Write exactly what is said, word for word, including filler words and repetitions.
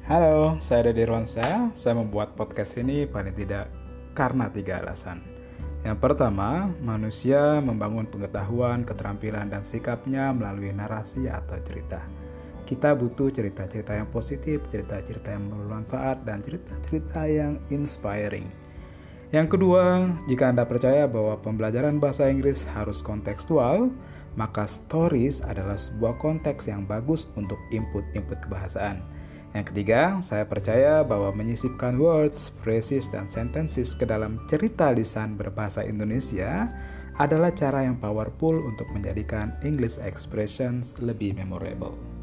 Halo, saya Deddy Ronsa. Saya membuat podcast ini paling tidak karena tiga alasan. Yang pertama, manusia membangun pengetahuan, keterampilan, dan sikapnya melalui narasi atau cerita. Kita butuh cerita-cerita yang positif, cerita-cerita yang bermanfaat, dan cerita-cerita yang inspiring. Yang kedua, jika Anda percaya bahwa pembelajaran bahasa Inggris harus kontekstual, maka stories adalah sebuah konteks yang bagus untuk input-input kebahasaan. Yang ketiga, saya percaya bahwa menyisipkan words, phrases, dan sentences ke dalam cerita lisan berbahasa Indonesia adalah cara yang powerful untuk menjadikan English expressions lebih memorable.